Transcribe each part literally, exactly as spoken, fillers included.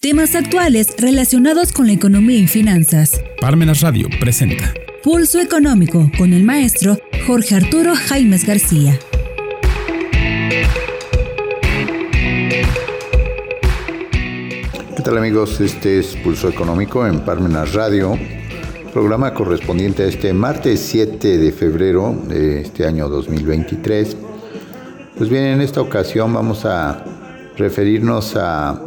Temas actuales relacionados con la economía y finanzas. Parmenas Radio presenta Pulso Económico con el maestro Jorge Arturo Jaimes García. ¿Qué tal, amigos? Este es Pulso Económico en Parmenas Radio, programa correspondiente a este martes siete de febrero de este año dos mil veintitrés. Pues bien, en esta ocasión vamos a referirnos a,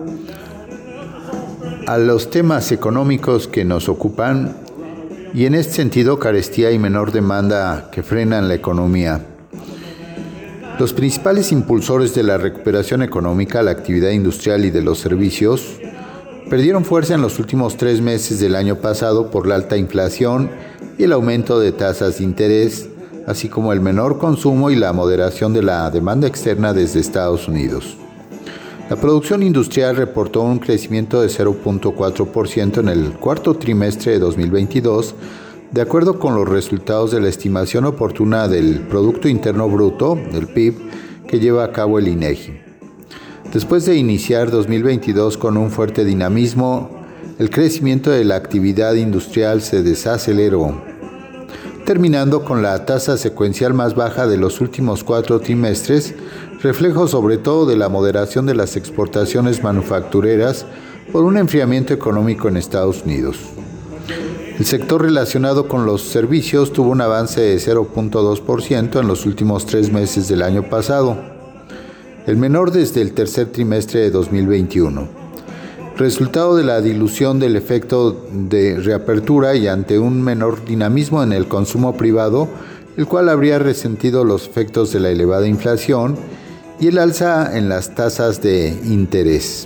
a los temas económicos que nos ocupan y en este sentido carestía y menor demanda que frenan la economía. Los principales impulsores de la recuperación económica, la actividad industrial y de los servicios, perdieron fuerza en los últimos tres meses del año pasado por la alta inflación y el aumento de tasas de interés, así como el menor consumo y la moderación de la demanda externa desde Estados Unidos. La producción industrial reportó un crecimiento de cero punto cuatro por ciento en el cuarto trimestre de dos mil veintidós, de acuerdo con los resultados de la estimación oportuna del Producto Interno Bruto, del P I B, que lleva a cabo el INEGI. Después de iniciar dos mil veintidós con un fuerte dinamismo, el crecimiento de la actividad industrial se desaceleró, terminando con la tasa secuencial más baja de los últimos cuatro trimestres, reflejo sobre todo de la moderación de las exportaciones manufactureras por un enfriamiento económico en Estados Unidos. El sector relacionado con los servicios tuvo un avance de cero punto dos por ciento en los últimos tres meses del año pasado, el menor desde el tercer trimestre de dos mil veintiuno. Resultado de la dilución del efecto de reapertura y ante un menor dinamismo en el consumo privado, el cual habría resentido los efectos de la elevada inflación y el alza en las tasas de interés.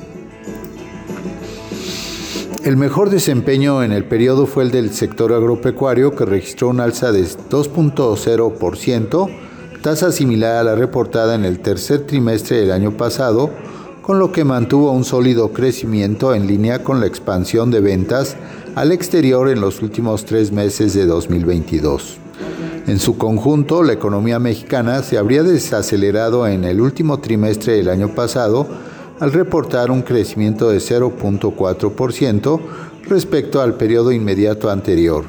El mejor desempeño en el periodo fue el del sector agropecuario, que registró un alza de dos punto cero por ciento, tasa similar a la reportada en el tercer trimestre del año pasado, con lo que mantuvo un sólido crecimiento en línea con la expansión de ventas al exterior en los últimos tres meses de dos mil veintidós. En su conjunto, la economía mexicana se habría desacelerado en el último trimestre del año pasado al reportar un crecimiento de cero punto cuatro por ciento respecto al periodo inmediato anterior.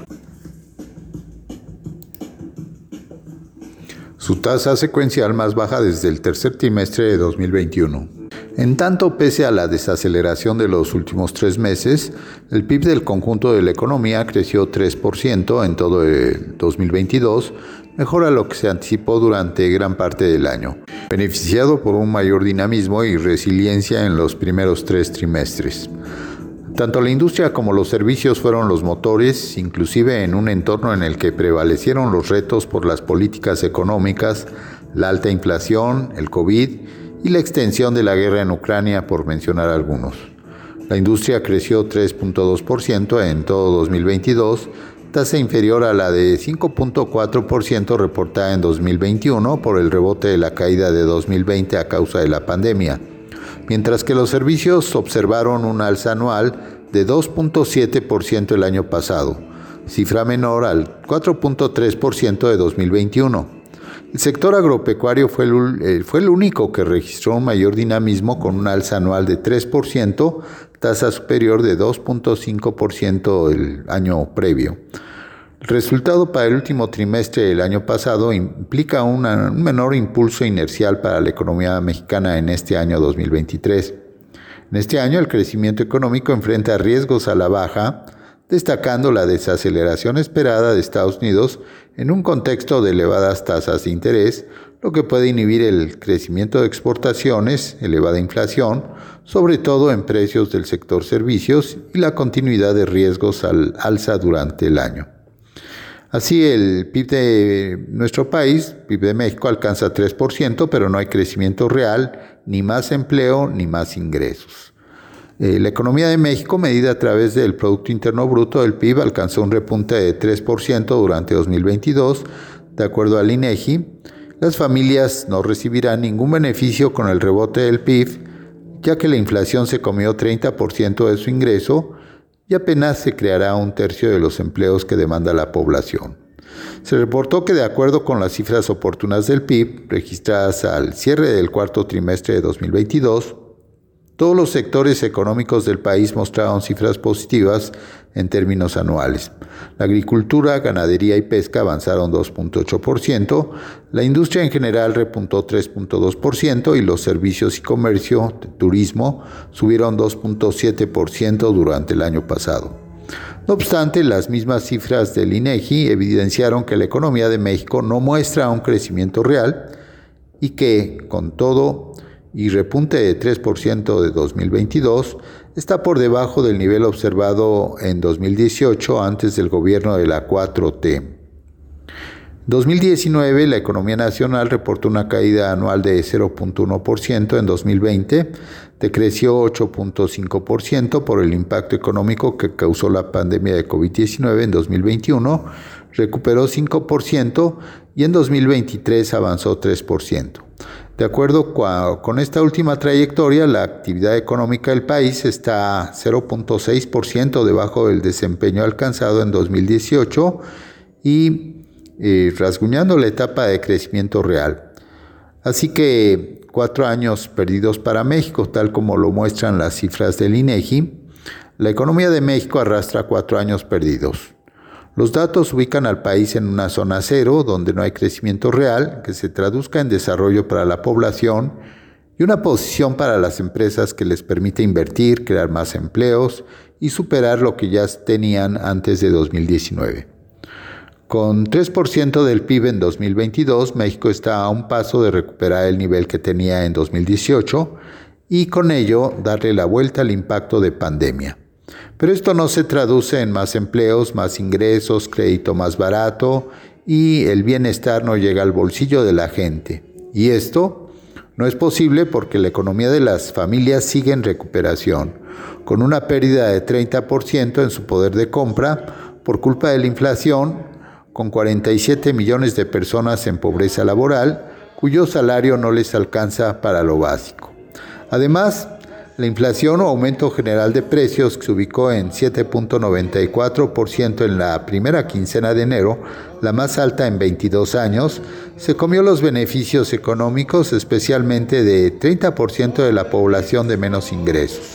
Su tasa secuencial más baja desde el tercer trimestre de dos mil veintiuno. En tanto, pese a la desaceleración de los últimos tres meses, el P I B del conjunto de la economía creció tres por ciento en todo el dos mil veintidós, mejor a lo que se anticipó durante gran parte del año, beneficiado por un mayor dinamismo y resiliencia en los primeros tres trimestres. Tanto la industria como los servicios fueron los motores, inclusive en un entorno en el que prevalecieron los retos por las políticas económicas, la alta inflación, el COVID y la extensión de la guerra en Ucrania, por mencionar algunos. La industria creció tres punto dos por ciento en todo dos mil veintidós, tasa inferior a la de cinco punto cuatro por ciento reportada en dos mil veintiuno por el rebote de la caída de dos mil veinte a causa de la pandemia, mientras que los servicios observaron un alza anual de dos punto siete por ciento el año pasado, cifra menor al cuatro punto tres por ciento de dos mil veintiuno. El sector agropecuario fue el, eh, fue el único que registró un mayor dinamismo con un alza anual de tres por ciento, tasa superior de dos punto cinco por ciento el año previo. El resultado para el último trimestre del año pasado implica una, un menor impulso inercial para la economía mexicana en este año dos mil veintitrés. En este año el crecimiento económico enfrenta riesgos a la baja, destacando la desaceleración esperada de Estados Unidos en un contexto de elevadas tasas de interés, lo que puede inhibir el crecimiento de exportaciones, elevada inflación, sobre todo en precios del sector servicios y la continuidad de riesgos al alza durante el año. Así, el P I B de nuestro país, P I B de México, alcanza tres por ciento, pero no hay crecimiento real, ni más empleo, ni más ingresos. Eh, la economía de México, medida a través del Producto Interno Bruto del P I B, alcanzó un repunte de tres por ciento durante dos mil veintidós, de acuerdo al INEGI. Las familias no recibirán ningún beneficio con el rebote del P I B, ya que la inflación se comió treinta por ciento de su ingreso y apenas se creará un tercio de los empleos que demanda la población. Se reportó que, de acuerdo con las cifras oportunas del P I B, registradas al cierre del cuarto trimestre de dos mil veintidós, Todos los sectores económicos del país mostraron cifras positivas en términos anuales. La agricultura, ganadería y pesca avanzaron dos punto ocho por ciento, la industria en general repuntó tres punto dos por ciento y los servicios y comercio, turismo, subieron dos punto siete por ciento durante el año pasado. No obstante, las mismas cifras del INEGI evidenciaron que la economía de México no muestra un crecimiento real y que, con todo y repunte de tres por ciento de dos mil veintidós, está por debajo del nivel observado en dos mil dieciocho antes del gobierno de la cuatro T. En dos mil diecinueve, la economía nacional reportó una caída anual de cero punto uno por ciento, en dos mil veinte decreció ocho punto cinco por ciento por el impacto económico que causó la pandemia de COVID diecinueve. En dos mil veintiuno recuperó cinco por ciento y en dos mil veintitrés avanzó tres por ciento. De acuerdo con esta última trayectoria, la actividad económica del país está cero punto seis por ciento debajo del desempeño alcanzado en dos mil dieciocho y eh, rasguñando la etapa de crecimiento real. Así que cuatro años perdidos para México, tal como lo muestran las cifras del INEGI. La economía de México arrastra cuatro años perdidos. Los datos ubican al país en una zona cero, donde no hay crecimiento real, que se traduzca en desarrollo para la población y una posición para las empresas que les permite invertir, crear más empleos y superar lo que ya tenían antes de dos mil diecinueve. Con tres por ciento del P I B en dos mil veintidós, México está a un paso de recuperar el nivel que tenía en dos mil dieciocho y con ello darle la vuelta al impacto de pandemia. Pero esto no se traduce en más empleos, más ingresos, crédito más barato y el bienestar no llega al bolsillo de la gente. Y esto no es posible porque la economía de las familias sigue en recuperación, con una pérdida de treinta por ciento en su poder de compra por culpa de la inflación, con cuarenta y siete millones de personas en pobreza laboral, cuyo salario no les alcanza para lo básico. Además, la inflación o aumento general de precios, que se ubicó en siete punto noventa y cuatro por ciento en la primera quincena de enero, la más alta en veintidós años, se comió los beneficios económicos, especialmente de treinta por ciento de la población de menos ingresos.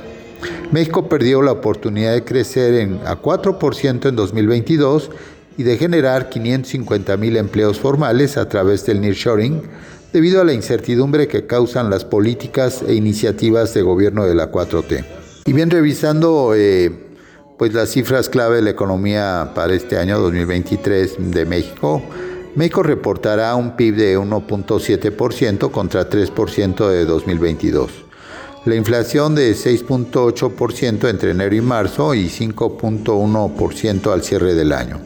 México perdió la oportunidad de crecer en, a cuatro por ciento en dos mil veintidós y de generar quinientos cincuenta mil empleos formales a través del nearshoring, debido a la incertidumbre que causan las políticas e iniciativas de gobierno de la cuatro T. Y bien, revisando eh, pues las cifras clave de la economía para este año dos mil veintitrés de México, México reportará un P I B de uno punto siete por ciento contra tres por ciento de dos mil veintidós. La inflación de seis punto ocho por ciento entre enero y marzo y cinco punto uno por ciento al cierre del año.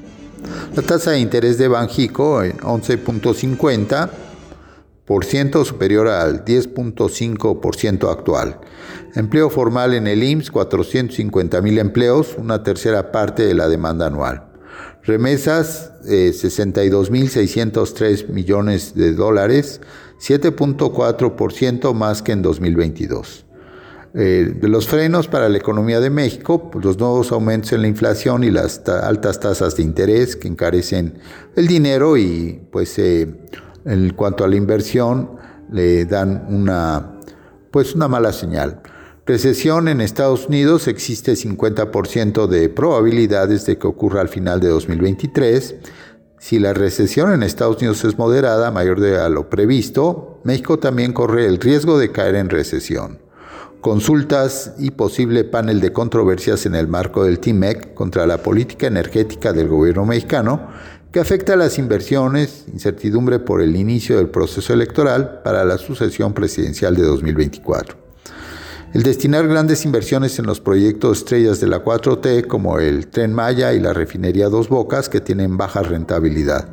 La tasa de interés de Banxico en once punto cincuenta por ciento, superior al diez punto cinco por ciento actual. Empleo formal en el I M S S, cuatrocientos cincuenta mil empleos, una tercera parte de la demanda anual. Remesas, eh, sesenta y dos mil seiscientos tres millones de dólares, siete punto cuatro por ciento más que en dos mil veintidós. Eh, de los frenos para la economía de México, pues los nuevos aumentos en la inflación y las ta- altas tasas de interés que encarecen el dinero y pues eh, en cuanto a la inversión le dan una, pues una mala señal. Recesión en Estados Unidos, existe cincuenta por ciento de probabilidades de que ocurra al final de dos mil veintitrés. Si la recesión en Estados Unidos es moderada, mayor de a lo previsto, México también corre el riesgo de caer en recesión. Consultas y posible panel de controversias en el marco del T M E C contra la política energética del gobierno mexicano, que afecta a las inversiones, incertidumbre por el inicio del proceso electoral para la sucesión presidencial de dos mil veinticuatro. El destinar grandes inversiones en los proyectos estrellas de la cuatro T, como el Tren Maya y la refinería Dos Bocas, que tienen baja rentabilidad.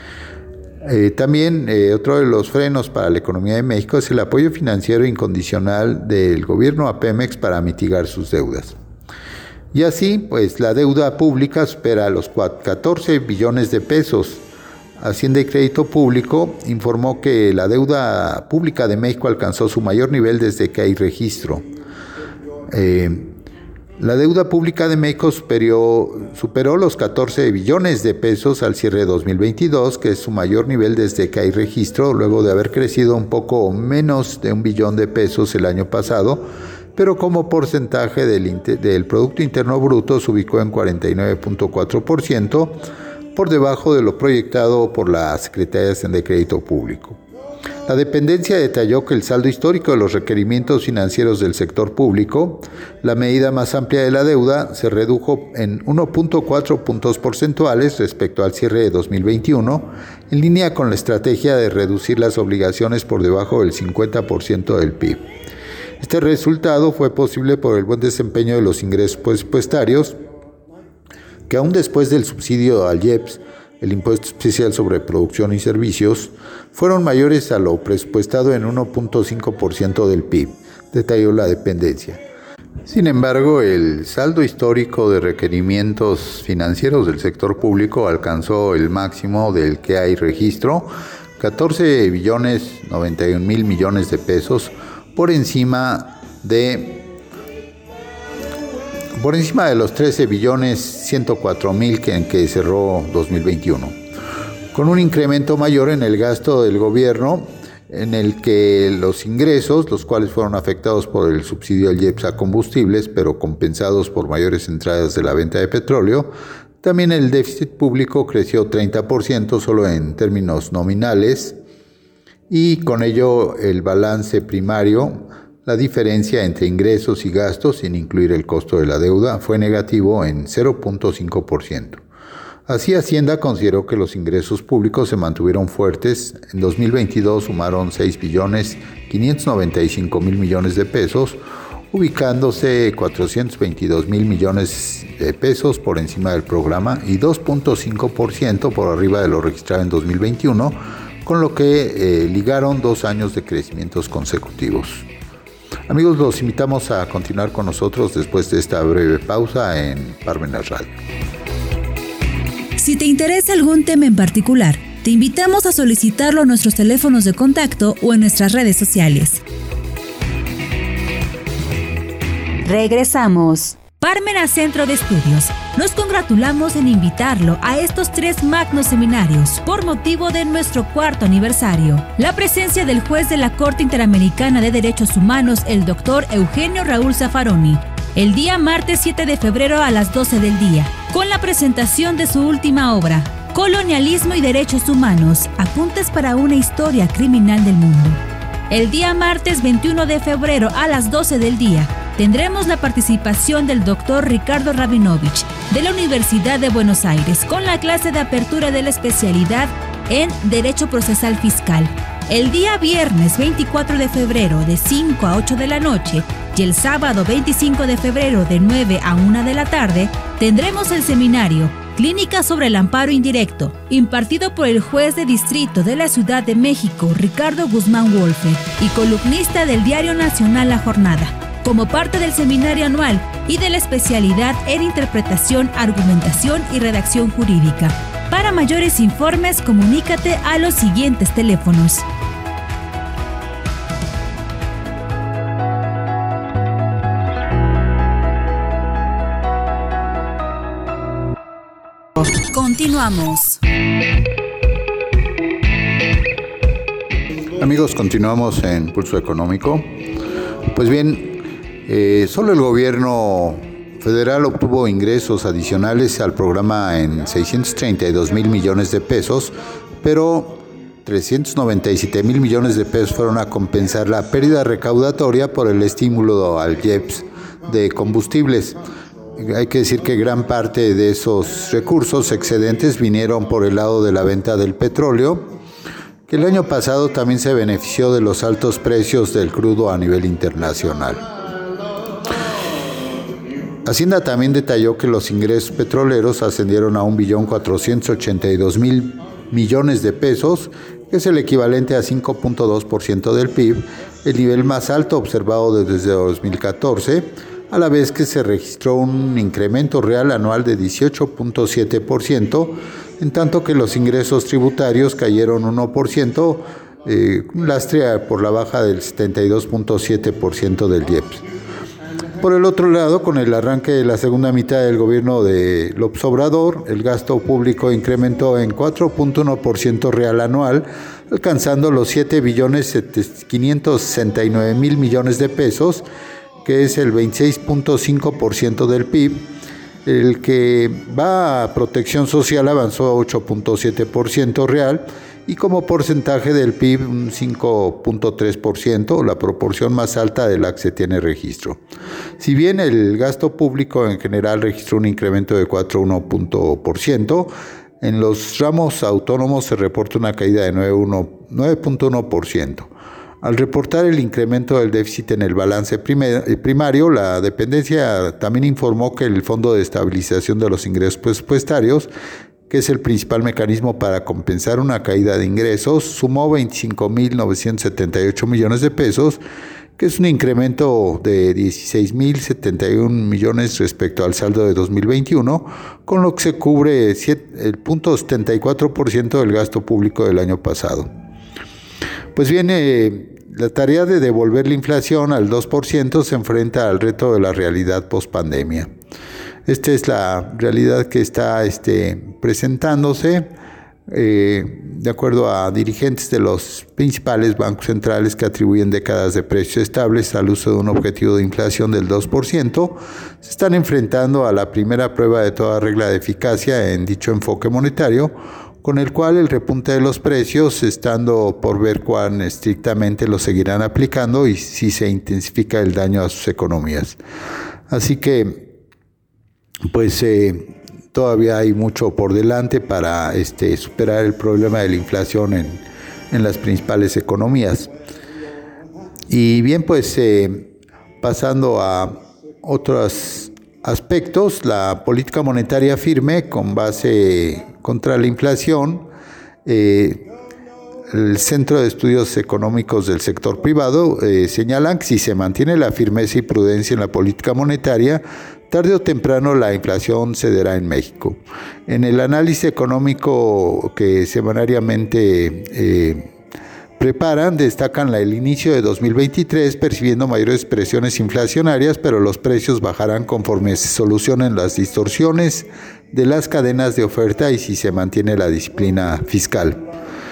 Eh, también eh, otro de los frenos para la economía de México es el apoyo financiero incondicional del gobierno a Pemex para mitigar sus deudas. Y así, pues la deuda pública supera los catorce billones de pesos. Hacienda y Crédito Público informó que la deuda pública de México alcanzó su mayor nivel desde que hay registro. Eh, La deuda pública de México superó, superó los catorce billones de pesos al cierre de dos mil veintidós, que es su mayor nivel desde que hay registro, luego de haber crecido un poco menos de un billón de pesos el año pasado, pero como porcentaje del, del Producto Interno Bruto se ubicó en cuarenta y nueve punto cuatro por ciento, por debajo de lo proyectado por la Secretaría de Hacienda y Crédito Público. La dependencia detalló que el saldo histórico de los requerimientos financieros del sector público, la medida más amplia de la deuda, se redujo en uno punto cuatro puntos porcentuales respecto al cierre de dos mil veintiuno, en línea con la estrategia de reducir las obligaciones por debajo del cincuenta por ciento del P I B. Este resultado fue posible por el buen desempeño de los ingresos presupuestarios, que aún después del subsidio al I E P S, el Impuesto Especial sobre Producción y Servicios, fueron mayores a lo presupuestado en uno punto cinco por ciento del P I B, detalló la dependencia. Sin embargo, el saldo histórico de requerimientos financieros del sector público alcanzó el máximo del que hay registro, catorce billones noventa y un mil millones de pesos, por encima de por encima de los trece billones ciento cuatro mil que, en que cerró dos mil veintiuno, con un incremento mayor en el gasto del gobierno, en el que los ingresos, los cuales fueron afectados por el subsidio al I E P S a combustibles, pero compensados por mayores entradas de la venta de petróleo. También el déficit público creció treinta por ciento solo en términos nominales, y con ello el balance primario, la diferencia entre ingresos y gastos, sin incluir el costo de la deuda, fue negativo en cero punto cinco por ciento. Así, Hacienda consideró que los ingresos públicos se mantuvieron fuertes. En dos mil veintidós sumaron seis billones quinientos noventa y cinco mil millones de pesos, ubicándose cuatrocientos veintidós mil millones de pesos por encima del programa y dos punto cinco por ciento por arriba de lo registrado en dos mil veintiuno, con lo que eh, ligaron dos años de crecimientos consecutivos. Amigos, los invitamos a continuar con nosotros después de esta breve pausa en Parmenas Radio. Si te interesa algún tema en particular, te invitamos a solicitarlo a nuestros teléfonos de contacto o en nuestras redes sociales. Regresamos. Parmenas Centro de Estudios. Nos congratulamos en invitarlo a estos tres magnos seminarios por motivo de nuestro cuarto aniversario. La presencia del juez de la Corte Interamericana de Derechos Humanos, el doctor Eugenio Raúl Zaffaroni, el día martes siete de febrero a las doce del día, con la presentación de su última obra, Colonialismo y Derechos Humanos, apuntes para una historia criminal del mundo. El día martes veintiuno de febrero a las doce del día, tendremos la participación del doctor Ricardo Rabinovich de la Universidad de Buenos Aires con la clase de apertura de la especialidad en Derecho Procesal Fiscal. El día viernes veinticuatro de febrero de cinco a ocho de la noche y el sábado veinticinco de febrero de nueve a una de la tarde tendremos el seminario Clínica sobre el Amparo Indirecto, impartido por el juez de distrito de la Ciudad de México, Ricardo Guzmán Wolfe, y columnista del Diario Nacional La Jornada, como parte del seminario anual y de la especialidad en interpretación, argumentación y redacción jurídica. Para mayores informes, comunícate a los siguientes teléfonos. Continuamos. Amigos, continuamos en Pulso Económico. Pues bien, Eh, solo el gobierno federal obtuvo ingresos adicionales al programa en seiscientos treinta y dos mil millones de pesos, pero trescientos noventa y siete mil millones de pesos fueron a compensar la pérdida recaudatoria por el estímulo al I E P S de combustibles. Hay que decir que gran parte de esos recursos excedentes vinieron por el lado de la venta del petróleo, que el año pasado también se benefició de los altos precios del crudo a nivel internacional. Hacienda también detalló que los ingresos petroleros ascendieron a un billón cuatrocientos ochenta y dos mil millones de pesos, que es el equivalente a cinco punto dos por ciento del P I B, el nivel más alto observado desde dos mil catorce, a la vez que se registró un incremento real anual de dieciocho punto siete por ciento, en tanto que los ingresos tributarios cayeron uno por ciento, eh, un lastre por la baja del setenta y dos punto siete por ciento del I E P S. por el otro lado, con el arranque de la segunda mitad del gobierno de López Obrador, el gasto público incrementó en cuatro punto uno por ciento real anual, alcanzando los siete billones quinientos sesenta y nueve mil millones de pesos, que es el veintiséis punto cinco por ciento del P I B. El que va a protección social avanzó a ocho punto siete por ciento real y como porcentaje del P I B un cinco punto tres por ciento, la proporción más alta de la que se tiene registro. Si bien el gasto público en general registró un incremento de cuatro punto uno por ciento, en los ramos autónomos se reporta una caída de nueve punto uno por ciento. Al reportar el incremento del déficit en el balance primario, la dependencia también informó que el Fondo de Estabilización de los Ingresos Presupuestarios, que es el principal mecanismo para compensar una caída de ingresos, sumó veinticinco mil novecientos setenta y ocho millones de pesos, que es un incremento de dieciséis mil setenta y un millones respecto al saldo de dos mil veintiuno, con lo que se cubre el cero punto setenta y cuatro por ciento del gasto público del año pasado. Pues bien, eh, la tarea de devolver la inflación al dos por ciento se enfrenta al reto de la realidad post-pandemia. Esta es la realidad que está este, presentándose eh, de acuerdo a dirigentes de los principales bancos centrales que atribuyen décadas de precios estables al uso de un objetivo de inflación del dos por ciento. Se están enfrentando a la primera prueba de toda regla de eficacia en dicho enfoque monetario, con el cual el repunte de los precios, estando por ver cuán estrictamente lo seguirán aplicando y si se intensifica el daño a sus economías. Así que, pues eh, todavía hay mucho por delante para este, superar el problema de la inflación en, en las principales economías. Y bien, pues eh, pasando a otros aspectos, la política monetaria firme con base contra la inflación, eh, el Centro de Estudios Económicos del Sector Privado eh, señalan que si se mantiene la firmeza y prudencia en la política monetaria, tarde o temprano la inflación cederá en México. En el análisis económico que semanariamente eh, preparan, destacan el inicio de dos mil veintitrés percibiendo mayores presiones inflacionarias, pero los precios bajarán conforme se solucionen las distorsiones de las cadenas de oferta y si se mantiene la disciplina fiscal.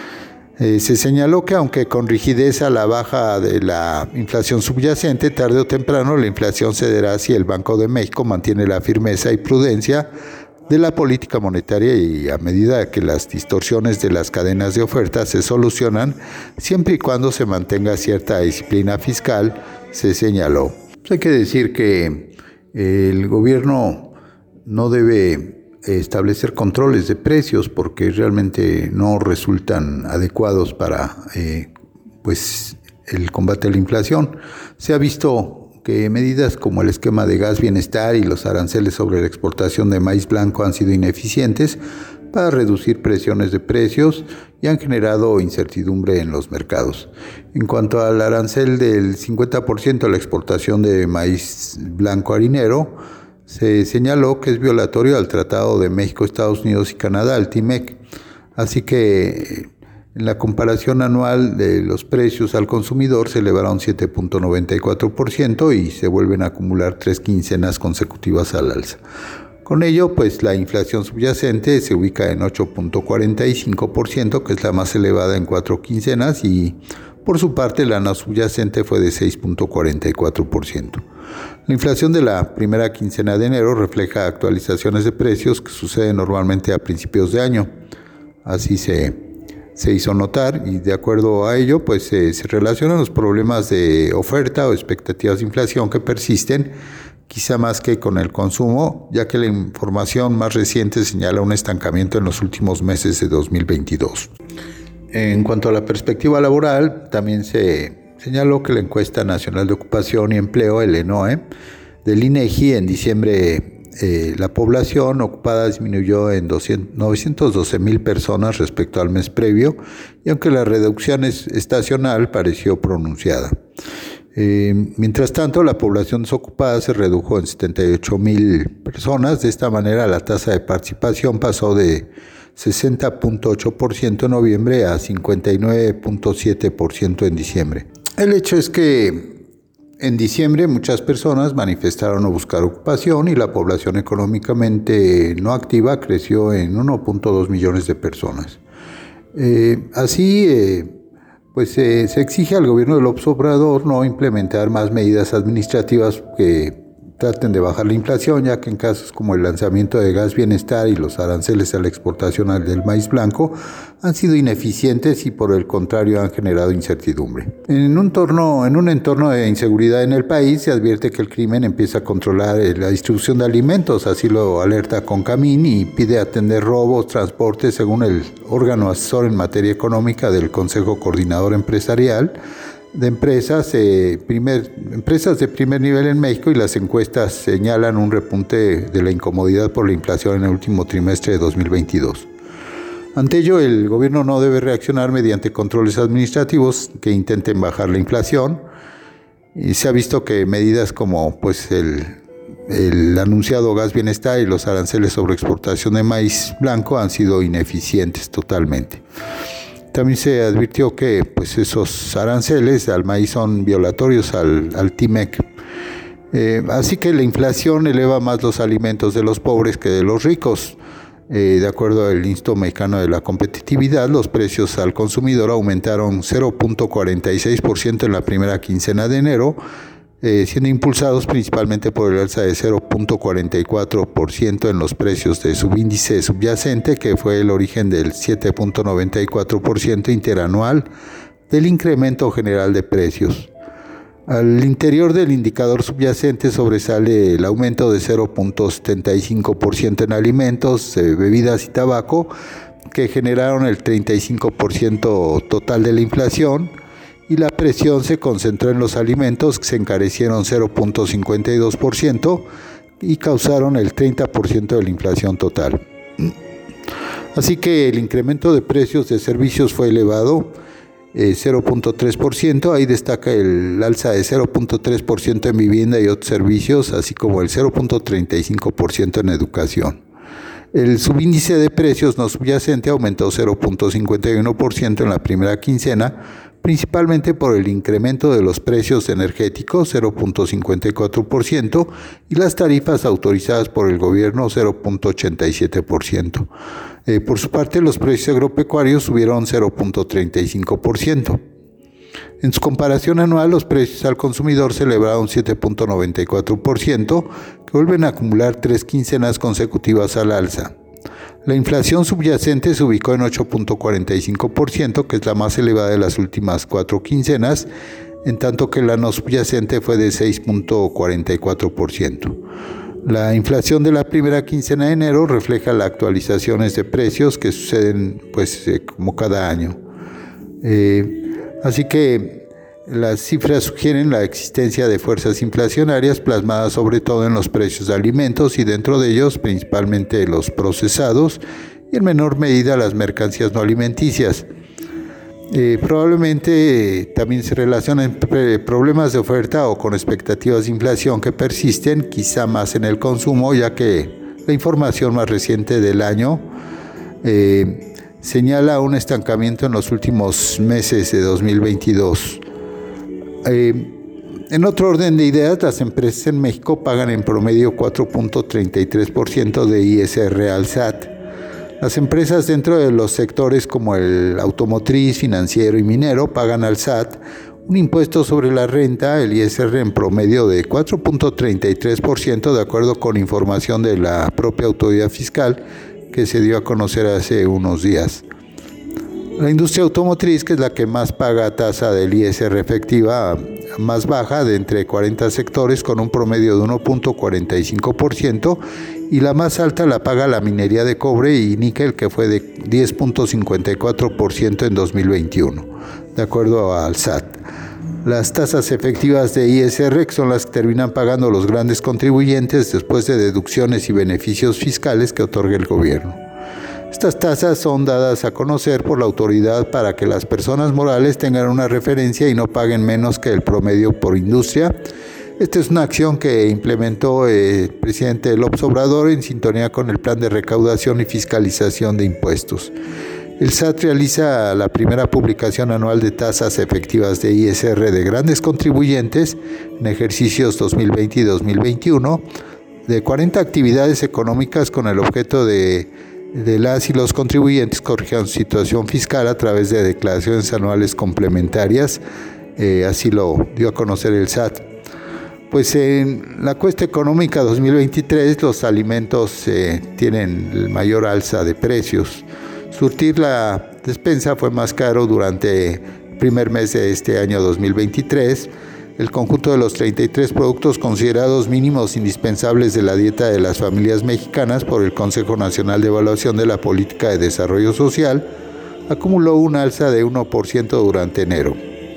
Eh, se señaló que aunque con rigidez a la baja de la inflación subyacente, tarde o temprano la inflación cederá si el Banco de México mantiene la firmeza y prudencia de la política monetaria y a medida que las distorsiones de las cadenas de oferta se solucionan, siempre y cuando se mantenga cierta disciplina fiscal, se señaló. Pues hay que decir que el gobierno no debe establecer controles de precios porque realmente no resultan adecuados para eh, pues el combate a la inflación. Se ha visto que medidas como el esquema de gas bienestar y los aranceles sobre la exportación de maíz blanco han sido ineficientes para reducir presiones de precios y han generado incertidumbre en los mercados. En cuanto al arancel del cincuenta por ciento de la exportación de maíz blanco harinero, se señaló que es violatorio al Tratado de México, Estados Unidos y Canadá, el T I M E C. Así que en la comparación anual de los precios al consumidor se elevaron siete punto noventa y cuatro por ciento y se vuelven a acumular tres quincenas consecutivas al alza. Con ello, pues la inflación subyacente se ubica en ocho punto cuarenta y cinco por ciento, que es la más elevada en cuatro quincenas, y por su parte la no subyacente fue de seis punto cuarenta y cuatro por ciento. La inflación de la primera quincena de enero refleja actualizaciones de precios que suceden normalmente a principios de año. Así se, se hizo notar y de acuerdo a ello pues eh, se relacionan los problemas de oferta o expectativas de inflación que persisten, quizá más que con el consumo, ya que la información más reciente señala un estancamiento en los últimos meses de dos mil veintidós. En cuanto a la perspectiva laboral, también se señaló que la encuesta nacional de ocupación y empleo, el ENOE, del INEGI en diciembre, eh, la población ocupada disminuyó en novecientos doce mil personas respecto al mes previo, y aunque la reducción es estacional, pareció pronunciada. Eh, mientras tanto, la población desocupada se redujo en setenta y ocho mil personas. De esta manera, la tasa de participación pasó de sesenta punto ocho por ciento en noviembre a cincuenta y nueve punto siete por ciento en diciembre. El hecho es que En diciembre muchas personas manifestaron no buscar ocupación y la población económicamente no activa creció en uno punto dos millones de personas. Eh, así, eh, pues eh, se exige al gobierno de López Obrador no implementar más medidas administrativas que traten de bajar la inflación, ya que en casos como el lanzamiento de Gas Bienestar y los aranceles a la exportación del maíz blanco han sido ineficientes y por el contrario han generado incertidumbre. En un, entorno, en un entorno de inseguridad en el país se advierte que el crimen empieza a controlar la distribución de alimentos, así lo alerta Concamín y pide atender robos, transportes según el órgano asesor en materia económica del Consejo Coordinador Empresarial de empresas, eh, primer, empresas de primer nivel en México, y las encuestas señalan un repunte de la incomodidad por la inflación en el último trimestre de dos mil veintidós. Ante ello, el gobierno no debe reaccionar mediante controles administrativos que intenten bajar la inflación, y se ha visto que medidas como pues el, el anunciado Gas Bienestar y los aranceles sobre exportación de maíz blanco han sido ineficientes totalmente. También se advirtió que pues, esos aranceles al maíz son violatorios al, al T M E C. Eh, así que la inflación eleva más los alimentos de los pobres que de los ricos. Eh, de acuerdo al Instituto Mexicano de la Competitividad, los precios al consumidor aumentaron cero punto cuarenta y seis por ciento en la primera quincena de enero, eh, siendo impulsados principalmente por el alza de cero punto cuarenta y cuatro por ciento en los precios de subíndice subyacente, que fue el origen del siete punto noventa y cuatro por ciento interanual del incremento general de precios. Al interior del indicador subyacente sobresale el aumento de cero punto setenta y cinco por ciento en alimentos, eh, bebidas y tabaco, que generaron el treinta y cinco por ciento total de la inflación, y la presión se concentró en los alimentos, que se encarecieron cero punto cincuenta y dos por ciento y causaron el treinta por ciento de la inflación total. Así que el incremento de precios de servicios fue elevado, eh, cero punto tres por ciento, ahí destaca el alza de cero punto tres por ciento en vivienda y otros servicios, así como el cero punto treinta y cinco por ciento en educación. El subíndice de precios no subyacente aumentó cero punto cincuenta y uno por ciento en la primera quincena, principalmente por el incremento de los precios energéticos, cero punto cincuenta y cuatro por ciento, y las tarifas autorizadas por el gobierno, cero punto ochenta y siete por ciento. Eh, por su parte, los precios agropecuarios subieron cero punto treinta y cinco por ciento. En su comparación anual, los precios al consumidor se elevaron siete punto noventa y cuatro por ciento, que vuelven a acumular tres quincenas consecutivas al alza. La inflación subyacente se ubicó en ocho punto cuarenta y cinco por ciento, que es la más elevada de las últimas cuatro quincenas, en tanto que la no subyacente fue de seis punto cuarenta y cuatro por ciento. La inflación de la primera quincena de enero refleja las actualizaciones de precios que suceden pues, eh, como cada año. Eh, así que las cifras sugieren la existencia de fuerzas inflacionarias plasmadas sobre todo en los precios de alimentos y dentro de ellos principalmente los procesados y en menor medida las mercancías no alimenticias. Eh, probablemente eh, también se relacionan eh, problemas de oferta o con expectativas de inflación que persisten, quizá más en el consumo, ya que la información más reciente del año eh, señala un estancamiento en los últimos meses de dos mil veintidós. Eh, en otro orden de ideas, las empresas en México pagan en promedio cuatro punto treinta y tres por ciento de I S R al S A T. Las empresas dentro de los sectores como el automotriz, financiero y minero pagan al S A T un impuesto sobre la renta, el I S R, en promedio de cuatro punto treinta y tres por ciento, de acuerdo con información de la propia autoridad fiscal que se dio a conocer hace unos días. La industria automotriz, que es la que más paga tasa del I S R efectiva más baja de entre cuarenta sectores con un promedio de uno punto cuarenta y cinco por ciento, y la más alta la paga la minería de cobre y níquel, que fue de diez punto cincuenta y cuatro por ciento en dos mil veintiuno, de acuerdo al S A T. Las tasas efectivas de I S R, que son las que terminan pagando los grandes contribuyentes después de deducciones y beneficios fiscales que otorga el gobierno. Estas tasas son dadas a conocer por la autoridad para que las personas morales tengan una referencia y no paguen menos que el promedio por industria. Esta es una acción que implementó el presidente López Obrador en sintonía con el plan de recaudación y fiscalización de impuestos. El S A T realiza la primera publicación anual de tasas efectivas de I S R de grandes contribuyentes en ejercicios dos mil veinte y dos mil veintiuno de cuarenta actividades económicas con el objeto de, de las y los contribuyentes corrijan su situación fiscal a través de declaraciones anuales complementarias. Eh, así lo dio a conocer el S A T. Pues en la cuesta económica dos mil veintitrés los alimentos eh, tienen el mayor alza de precios. Surtir la despensa fue más caro durante el primer mes de este año dos mil veintitrés. El conjunto de los treinta y tres productos considerados mínimos indispensables de la dieta de las familias mexicanas por el Consejo Nacional de Evaluación de la Política de Desarrollo Social acumuló un alza de uno por ciento durante enero.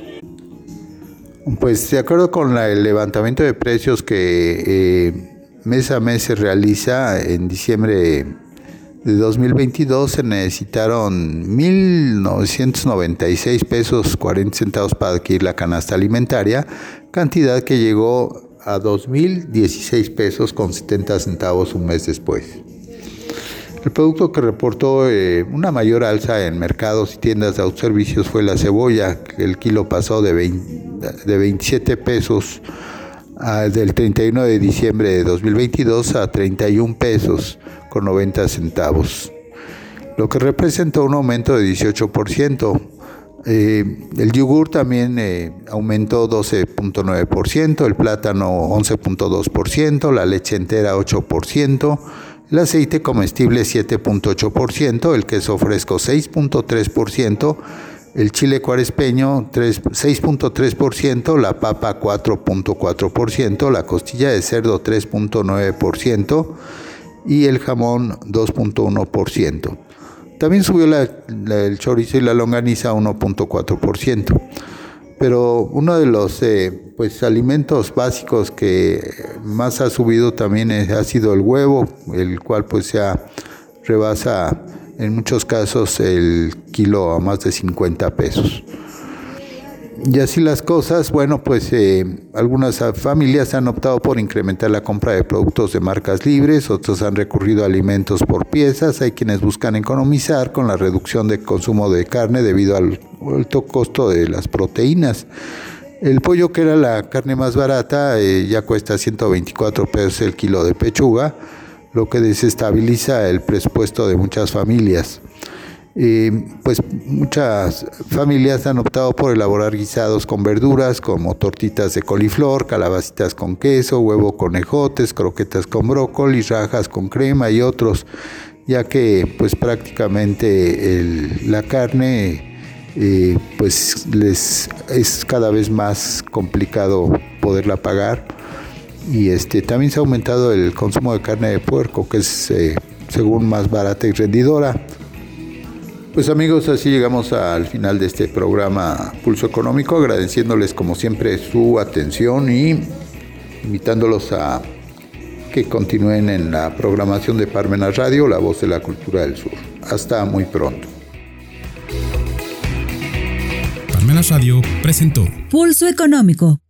Pues de acuerdo con la, el levantamiento de precios que eh, mes a mes se realiza en diciembre de dos mil veintidós, se necesitaron mil novecientos noventa y seis pesos cuarenta centavos para adquirir la canasta alimentaria, cantidad que llegó a dos mil dieciséis pesos con setenta centavos un mes después. El producto que reportó eh, una mayor alza en mercados y tiendas de autoservicios fue la cebolla, que el kilo pasó de, veinte, de veintisiete pesos a, del treinta y uno de diciembre de dos mil veintidós a treinta y un pesos con noventa centavos, lo que representó un aumento de dieciocho por ciento. Eh, el yogur también eh, aumentó doce punto nueve por ciento, el plátano once punto dos por ciento, la leche entera ocho por ciento, el aceite comestible siete punto ocho por ciento, el queso fresco seis punto tres por ciento, el chile cuarespeño seis punto tres por ciento, la papa cuatro punto cuatro por ciento, la costilla de cerdo tres punto nueve por ciento y el jamón dos punto uno por ciento. También subió la, la, el chorizo y la longaniza uno punto cuatro por ciento. Pero uno de los eh, pues, alimentos básicos que más ha subido también es, ha sido el huevo, el cual pues ya rebasa en muchos casos el kilo a más de cincuenta pesos. Y así las cosas, bueno, pues eh, algunas familias han optado por incrementar la compra de productos de marcas libres, otros han recurrido a alimentos por piezas, hay quienes buscan economizar con la reducción de consumo de carne debido al alto costo de las proteínas. El pollo, que era la carne más barata, eh, ya cuesta ciento veinticuatro pesos el kilo de pechuga, lo que desestabiliza el presupuesto de muchas familias. Eh, pues muchas familias han optado por elaborar guisados con verduras como tortitas de coliflor, calabacitas con queso, huevo con ejotes, croquetas con brócoli, rajas con crema y otros, ya que pues prácticamente el, la carne eh, pues les es cada vez más complicado poderla pagar, y este también se ha aumentado el consumo de carne de puerco, que es eh, según más barata y rendidora. Pues amigos, así llegamos al final de este programa Pulso Económico, agradeciéndoles como siempre su atención y invitándolos a que continúen en la programación de Parmenas Radio, la voz de la cultura del sur. Hasta muy pronto. Parmenas Radio presentó Pulso Económico.